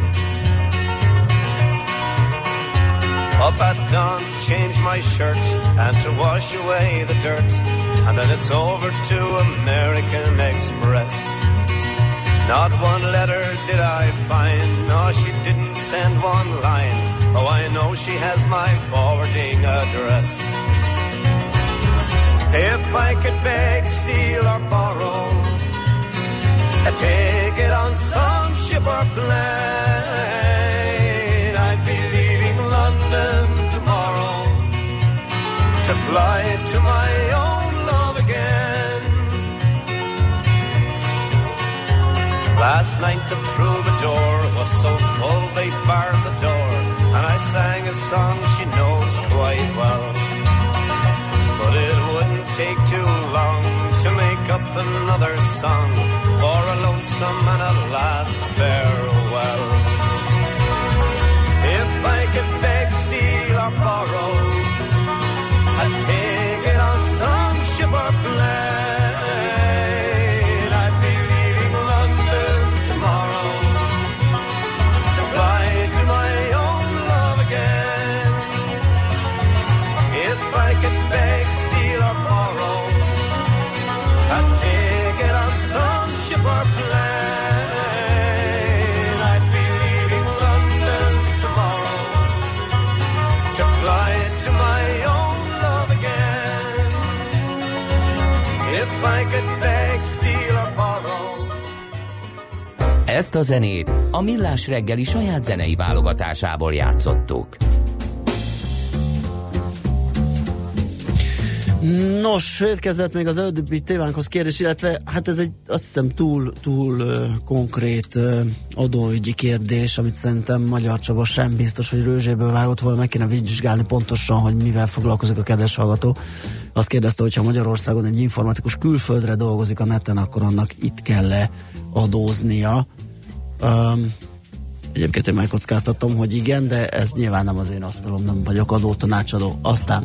Up at dawn to change my shirt and to wash away the dirt, and then it's over to American Express. Not one letter did I find, no, she didn't send one line. Oh, I know she has my forwarding address. If I could beg, steal or borrow a ticket on some ship or plane, I'd be leaving London tomorrow to fly to my own love again. Last night the troubadour was so full they barred the door, and I sang a song she knows quite well. But it wouldn't take too long to make up another song for a lonesome and a last farewell. If I could beg, steal or borrow a ticket on some ship or plane, I'd be leaving London tomorrow to fly to my own love again. If I could beg, steal or borrow a ticket on some ship or plane, I'd be leaving London tomorrow to fly to my own love again. If I could beg, steal or borrow. Ezt a zenét a Millás reggeli saját zenei válogatásából játszottuk. Nos, érkezett még az előbbi témánkhoz kérdés, illetve hát ez egy azt hiszem túl konkrét adóügyi kérdés, amit szerintem Magyar Csaba sem biztos, hogy rőzséből vágott volna, meg kéne vizsgálni pontosan, hogy mivel foglalkozik a kedves hallgató. Azt kérdezte, hogy ha Magyarországon egy informatikus külföldre dolgozik a neten, akkor annak itt kell-e adóznia. Egyébként én megkockáztattam, hogy igen, de ez nyilván nem az én asztalom, nem vagyok adótanácsadó. Aztán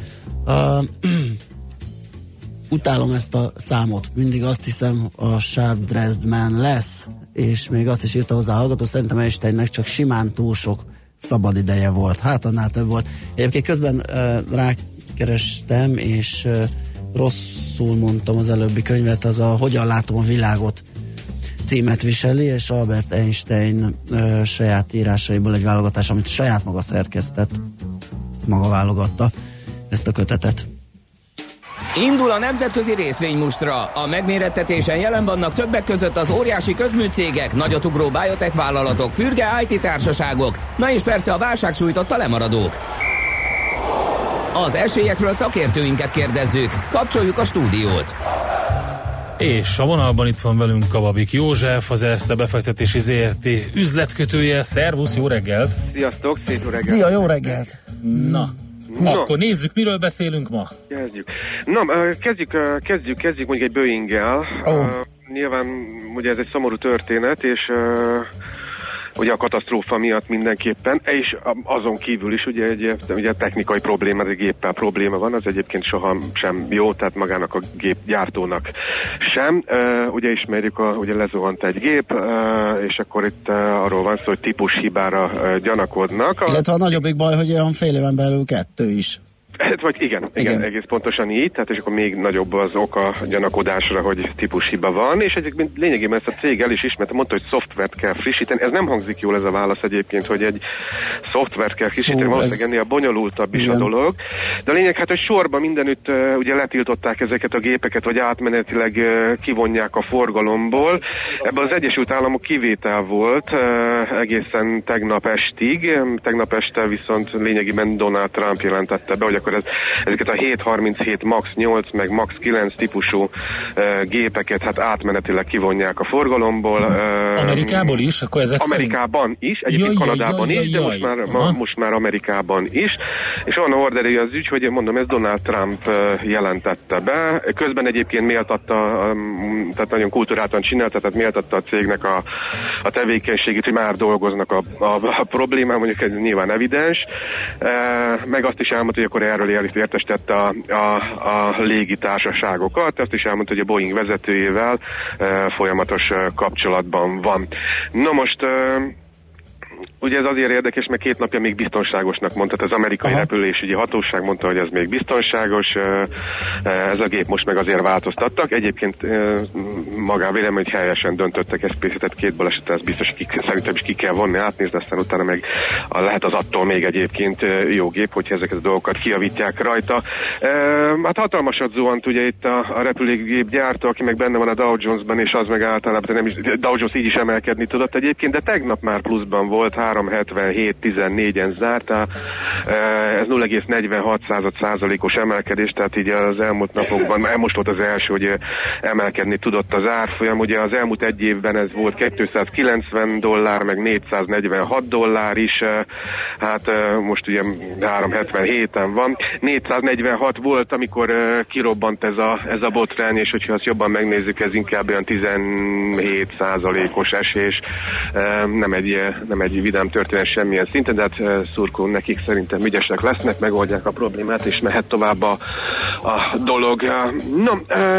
utálom ezt a számot, mindig azt hiszem a Sharp Dressed Man lesz, és még azt is írta hozzá a hallgató, szerintem Einsteinnek csak simán túl sok szabad ideje volt, hát annál több volt. Egyébként közben rákerestem, és rosszul mondtam az előbbi könyvet, az a Hogyan látom a világot címet viseli, és Albert Einstein saját írásaiból egy válogatás, amit saját maga szerkesztett, maga válogatta ezt a kötetet. Indul a nemzetközi részvénymustra. A megmérettetésen jelen vannak többek között az óriási közműcégek, nagyotugró biotech vállalatok, fürge IT társaságok, na és persze a válság sújtotta lemaradók. Az esélyekről szakértőinket kérdezzük. Kapcsoljuk a stúdiót. És a vonalban itt van velünk Kababik József, az Erste Befektetési ZRT üzletkötője. Szervusz, jó reggelt! Sziasztok, szép jó reggelt! Szia, jó reggelt! Na, akkor nézzük, miről beszélünk ma. Kezdjük. Na, kezdjük mondjuk egy Boeing-gel. Nyilván ugye ez egy szomorú történet, és ugye a katasztrófa miatt mindenképpen, és azon kívül is ugye technikai probléma, egy géppel probléma van, az egyébként soha sem jó, tehát magának a gépgyártónak sem. Ugye ismerjük, ugye lezuhant egy gép, és akkor itt arról van szó, hogy típushibára gyanakodnak. Illetve a nagyobbik baj, hogy olyan fél éven belül 2 is. Vagy igen, egész pontosan így, tehát és akkor még nagyobb az oka gyanakodásra, hogy típushiba van, és egyébként lényegében ezt a cég el is ismerte, mondta, hogy szoftvert kell frissíteni. Ez nem hangzik jól ez a válasz egyébként, hogy egy szoftvert kell frissíteni, valószínűleg ennél bonyolultabb is a dolog. De a lényeg hát, hogy sorban mindenütt ugye letiltották ezeket a gépeket, vagy átmenetileg kivonják a forgalomból. Ebben az Egyesült Államok kivétel volt egészen tegnap estig. Tegnap este viszont lényegében Donald Trump jelentette be, hogy akkor akkor ezeket a 737 MAX 8 meg MAX 9 típusú gépeket hát átmenetileg kivonják a forgalomból. Amerikából is? Akkor ezek Amerikában is, egyébként Kanadában is, de most már Amerikában is. És van orderi az ügy, hogy mondom, ez Donald Trump jelentette be. Közben egyébként méltatta, tehát nagyon kulturáltan csinálta, tehát méltatta a cégnek a tevékenységét, hogy már dolgoznak a problémán, mondjuk ez nyilván evidens. Meg azt is elmondta, hogy akkor erről értesítette a légitársaságokat, azt is elmondta, hogy a Boeing vezetőjével folyamatos kapcsolatban van. Na most ugye ez azért érdekes, mert 2 napja még biztonságosnak mondta, az amerikai repülésügyi hatóság mondta, hogy ez még biztonságos, ez a gép most meg azért változtattak. Egyébként magánvélem, hogy helyesen döntöttek, ezt készített 2 baleset, ez biztos, szerintem is ki kell vonni, átnézni, aztán utána meg lehet az attól még egyébként jó gép, hogyha ezeket a dolgokat kijavítják rajta. Hát hatalmasat zuhant ugye itt a repülőgép gyártó, aki meg benne van a Dow Jones-ban, és az meg általában nem is, Dow Jones így is emelkedni tudott egyébként, de tegnap már pluszban volt, 3,77-14-en zárt, ez 0,46%-os emelkedés, tehát így az elmúlt napokban, most volt az első, hogy emelkedni tudott az árfolyam, ugye az elmúlt egy évben ez volt $290, meg $446 is, hát most ugye 3,77-en van, 446 volt, amikor kirobbant ez a botrány, és hogyha azt jobban megnézzük, ez inkább olyan 17%-os esés, nem egy vidám történet semmilyen szinten, de hát szurkolunk nekik, szerintem ügyesek lesznek, megoldják a problémát, és mehet tovább a dolog. No,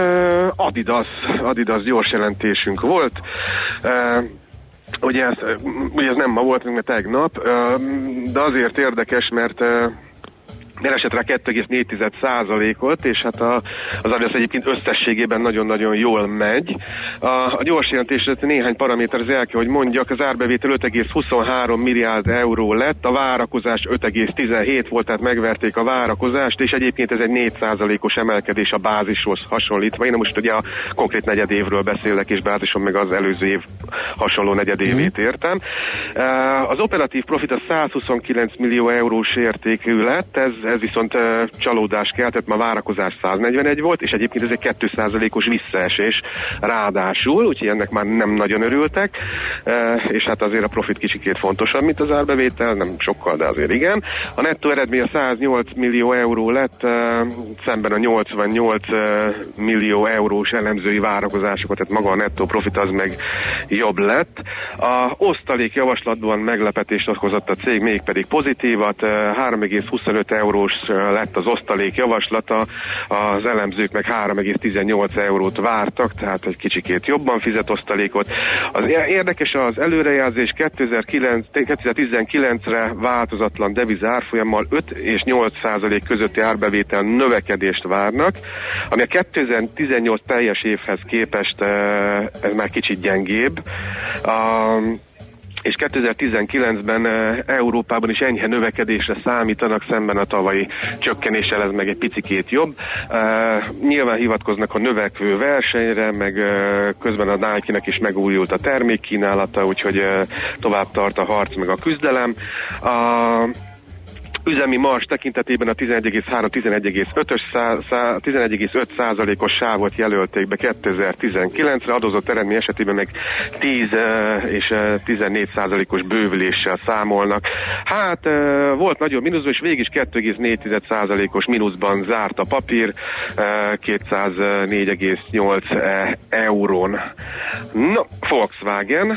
Adidas gyors jelentésünk volt. Ugye ez nem ma volt, mert tegnap, de azért érdekes, mert esett rá 2,4%-ot, és hát az Adidas egyébként összességében nagyon-nagyon jól megy. A gyors jelentésre néhány paraméter az el kell, hogy mondjak, az árbevétel 5,23 milliárd euró lett, a várakozás 5,17 volt, tehát megverték a várakozást, és egyébként ez egy 4%-os emelkedés a bázishoz hasonlítva. Én most ugye a konkrét negyedévről beszélek, és bázison meg az előző év hasonló negyedévét értem. Az operatív profit a 129 millió eurós értékű lett, ez viszont csalódás keltett, ma várakozás 141 volt, és egyébként ez egy 2%-os visszaesés ráadásul, úgyhogy ennek már nem nagyon örültek, és hát azért a profit kicsikét fontosabb, mint az árbevétel, nem sokkal, de azért igen. A nettó eredmény a 108 millió euró lett, szemben a 88 millió eurós elemzői várakozásokat, tehát maga a nettó profit az meg jobb lett. A osztalék javaslatban meglepetést okozott a cég, mégpedig pozitívat, 3,25 eurós lett az osztalék javaslata, az elemzők meg 3,18 eurót vártak, tehát egy kicsikét jobban fizet osztalékot. Az érdekes az előrejelzés, 2019-re változatlan deviza árfolyammal 5 és 8% közötti árbevétel növekedést várnak, ami a 2018 teljes évhez képest ez már kicsit gyengébb. És 2019-ben Európában is enyhe növekedésre számítanak, szemben a tavalyi csökkenéssel ez meg egy picikét jobb. Nyilván hivatkoznak a növekvő versenyre, meg közben a Nike-nek is megújult a termékkínálata, úgyhogy tovább tart a harc meg a küzdelem. Üzemi mars tekintetében a 11,5%-os sávot jelölték be 2019-re, adózott eredmény esetében meg 10 és 14%-os bővüléssel számolnak. Hát volt nagyobb mínusz, és végig is 2,4%-os mínuszban zárt a papír, 204,8 eurón. No, Volkswagen.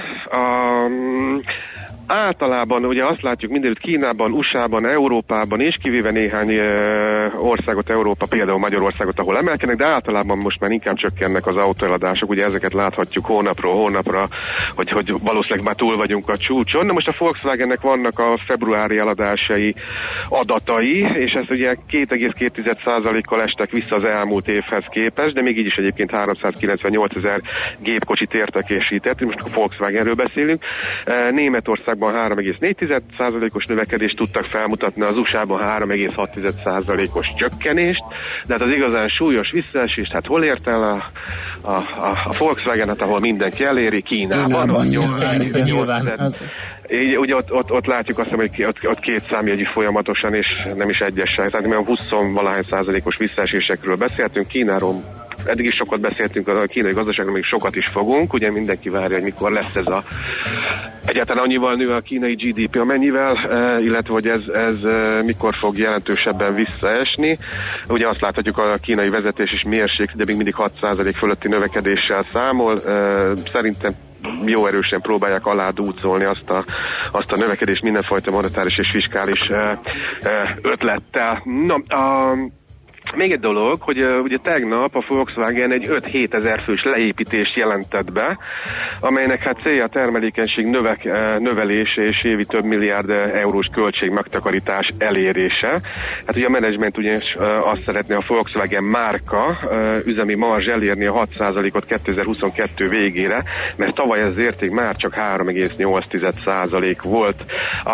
Általában ugye azt látjuk mindenütt Kínában, USA-ban, Európában is, kivéve néhány országot, Európa, például Magyarországot, ahol emelkednek, de általában most már inkább csökkennek az autóeladások, ugye ezeket láthatjuk hónapról hónapra, hogy valószínűleg már túl vagyunk a csúcson. De most a Volkswagennek vannak a februári eladásai adatai, és ezt ugye 2,2%-kal estek vissza az elmúlt évhez képest, de még így is egyébként 398 000 gépkocsit értékesített, most a Volkswagenről beszélünk. Németországban 3,4%-os növekedést tudtak felmutatni, az USA-ban 3,6%-os csökkenést, de hát az igazán súlyos visszaesést, hát hol ért el a Volkswagen, hát ahol mindenki eléri, Kínában. ugye ott látjuk azt, hogy ott két számjegyű folyamatosan, és nem is egyessel. Tehát mi a 20-valahány százalékos visszaesésekről beszéltünk, Kínáról eddig is sokat beszéltünk, a kínai gazdaságról még sokat is fogunk, ugye mindenki várja, hogy mikor lesz ez egyáltalán annyival nő a kínai GDP, amennyivel, illetve hogy ez mikor fog jelentősebben visszaesni. Ugye azt láthatjuk, a kínai vezetés is mérsékli, de még mindig 6% fölötti növekedéssel számol. Szerintem jó erősen próbálják aládúcolni azt a növekedést mindenfajta monetáris és fiskális ötlettel. Még egy dolog, hogy ugye tegnap a Volkswagen egy 5-7 ezer fős leépítést jelentett be, amelynek hát célja a termelékenység növelése és évi több milliárd eurós költség megtakarítás elérése. Hát ugye a menedzsment ugyanis azt szeretné a Volkswagen márka üzemi marzs elérni a 6%-ot 2022 végére, mert tavaly ez az érték már csak 3,8% volt.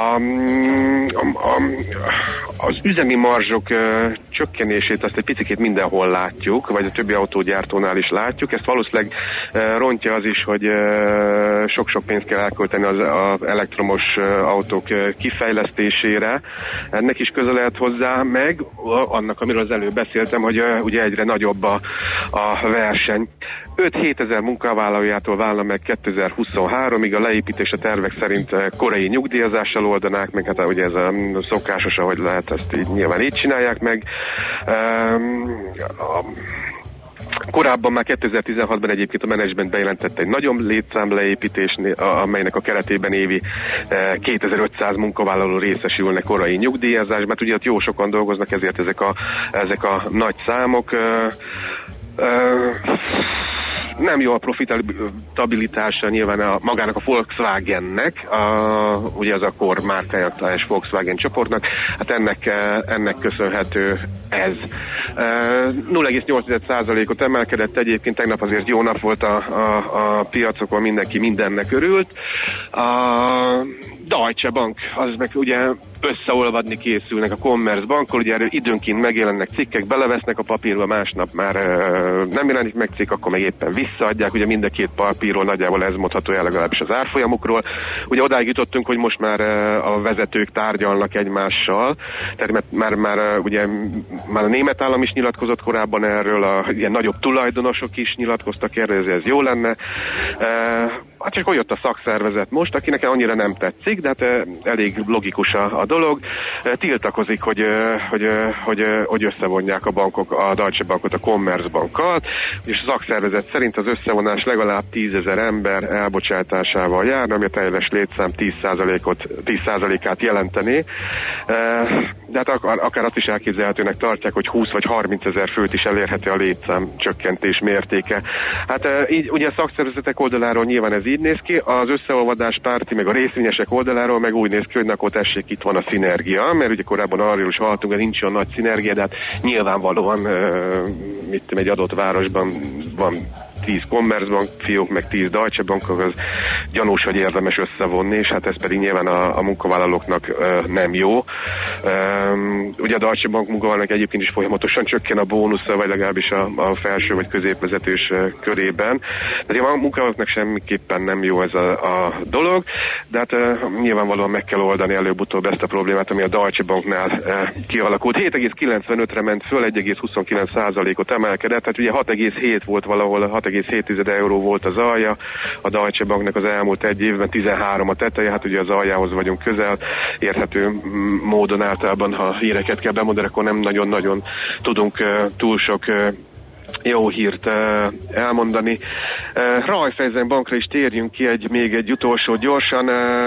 Az üzemi marzsok csökkenését azt egy picit mindenhol látjuk, vagy a többi autógyártónál is látjuk. Ezt valószínűleg rontja az is, hogy sok-sok pénzt kell elkölteni az elektromos autók kifejlesztésére. Ennek is köze lehet hozzá, meg annak, amiről az előbb beszéltem, hogy ugye egyre nagyobb a verseny. 5-7 ezer munkavállalójától válna meg 2023-ig, a leépítés a tervek szerint korai nyugdíjazással oldanák meg, hát ugye ez a szokásos, ahogy lehet, ezt így nyilván így csinálják meg. Korábban már 2016-ban egyébként a menedzsment bejelentette egy nagyobb létszám leépítés, amelynek a keretében évi 2500 munkavállaló részesülnek korai nyugdíjazásban, mert ugye ott jó sokan dolgoznak, ezért ezek a nagy számok. Nem jó a profitabilitása nyilván magának a Volkswagennek, ugye az a core márkája és Volkswagen csoportnak, hát ennek köszönhető ez. 0,8%-ot emelkedett egyébként, tegnap azért jó nap volt a piacokon, mindenki mindennek örült. Deutsche Bank, az meg ugye összeolvadni készülnek a Commerzbankkal, ugye erről időnként megjelennek cikkek, belevesznek a papírba, másnap már nem jelenik meg cikk, akkor meg éppen visszaadják, ugye mind a két papírról nagyjából ez mondható el legalábbis az árfolyamukról. Ugye odáig jutottunk, hogy most már a vezetők tárgyalnak egymással, tehát már ugye már a német állam is nyilatkozott korábban erről, ilyen nagyobb tulajdonosok is nyilatkoztak erről, ez jó lenne. Hát csak hogy jött a szakszervezet most, akinek annyira nem tetszik, de hát elég logikus a dolog. Tiltakozik, hogy összevonják a bankok, a Deutsche Bankot a Commerzbankkal, és a szakszervezet szerint az összevonás legalább 10 000 ember elbocsátásával járna, ami a teljes létszám 10%-át jelenteni. De hát akár azt is elképzelhetőnek tartják, hogy 20 vagy 30 000 főt is elérhető a létszám csökkentés mértéke. Hát így ugye a szakszervezetek oldaláról nyilván ez így néz ki, az összeolvadás párti, meg a részvényesek oldaláról meg úgy néz ki, hogy akkor tessék, itt van a szinergia, mert ugye korábban arról is hallottunk, hogy nincs olyan nagy szinergia, de hát nyilvánvalóan egy adott városban van 10 Commerzbank fiók, meg 10 Deutsche Bankok, az gyanús, hogy érdemes összevonni, és hát ez pedig nyilván a munkavállalóknak nem jó. Ugye a Deutsche Bank munkavállalók egyébként is folyamatosan csökken a bónusza, vagy legalábbis a felső vagy középvezetős körében. De a munkavállalóknak semmiképpen nem jó ez a dolog, de hát nyilvánvalóan meg kell oldani előbb-utóbb ezt a problémát, ami a Deutsche Banknál kialakult. 7,95-re ment föl, 1,29%-ot emelkedett, tehát ugye 6,7 volt valahol, 6,7 euró volt az alja, a Deutsche Banknak az elmúlt egy évben 13 a teteje, hát ugye az aljához vagyunk közel, érthető módon általában, ha híreket kell bemondani, akkor nem nagyon-nagyon tudunk túl sok jó hírt elmondani. Raiffeisen Bankra is térjünk ki még egy utolsó gyorsan.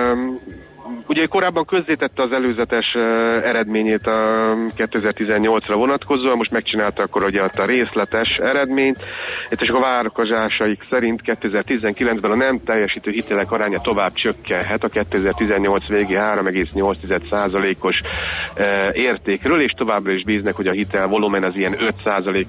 Ugye korábban közzétette az előzetes eredményét a 2018-ra vonatkozóan, most megcsinálta akkor ugye a részletes eredményt, és a várakozásaik szerint 2019-ben a nem teljesítő hitelek aránya tovább csökkenhet a 2018 végi 3,8%-os értékről, és továbbra is bíznek, hogy a hitel volumen az ilyen 5%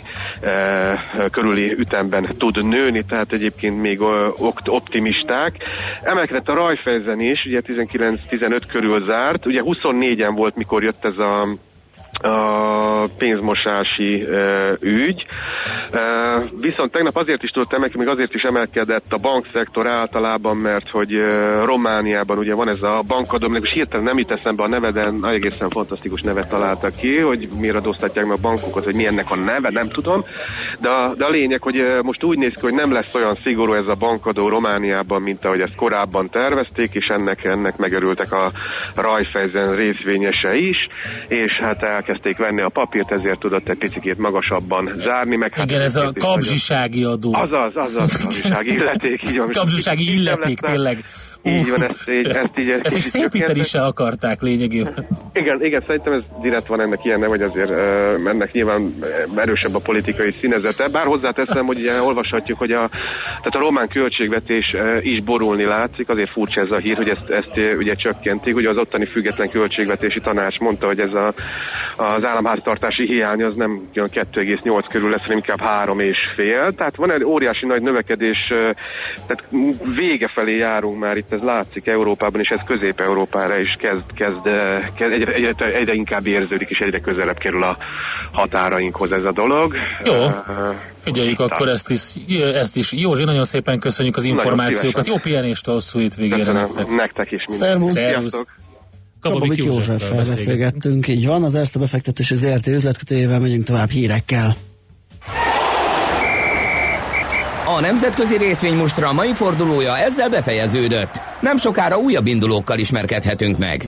körüli ütemben tud nőni, tehát egyébként még optimisták. Emelkedett a Raiffeisen is, ugye 19-15 körül zárt, ugye 24-en volt, mikor jött ez a pénzmosási ügy. Viszont tegnap azért is tudott emelkedni, még azért is emelkedett a bankszektor általában, mert hogy Romániában ugye van ez a bankadó, aminek most hirtelen nem jut eszembe a neve, de egészen fantasztikus nevet találtak ki, hogy miért adóztatják meg a bankokat, hogy mi ennek a neve, nem tudom. De a lényeg, hogy most úgy néz ki, hogy nem lesz olyan szigorú ez a bankadó Romániában, mint ahogy ezt korábban tervezték, és ennek megörültek a Raiffeisen részvényese is, és hát elkezdték venni a papírt, ezért tudott egy picit magasabban zárni. Meg hát igen, ez a kapzsisági adó. Azaz, kapzsisági illeték. Így van, kapzsisági illeték, tényleg. Így van, ezt egy szépíteni se akarták lényegében. Igen, szerintem ez direkt van ennek ilyen, vagy azért ennek nyilván erősebb a politikai színezete. Bár hozzáteszem, hogy ugye olvashatjuk, hogy tehát a román költségvetés is borulni látszik, azért furcsa ez a hír, hogy ezt ugye csökkentik. Ugye az ottani független költségvetési tanács mondta, hogy ez az államháztartási hiány az nem 2,8 körül lesz, hanem inkább 3,5. Tehát van egy óriási nagy növekedés, tehát vége felé járunk már itt, ez látszik Európában, és ez Közép-Európára is kezd egyre inkább érződik, és egyre közelebb kerül a határainkhoz ez a dolog. Jó, figyeljük akkor ezt is. Józsi, nagyon szépen köszönjük az információkat. Jó pihenést a hosszú hétvégére nektek. Nektek is minden. Szervusz. Kababik Józseffel beszélgettünk, így van. Az Erste befektetési ZRT üzletkötőjével megyünk tovább hírekkel. A nemzetközi részvénymustra mai fordulója ezzel befejeződött. Nem sokára újabb indulókkal ismerkedhetünk meg.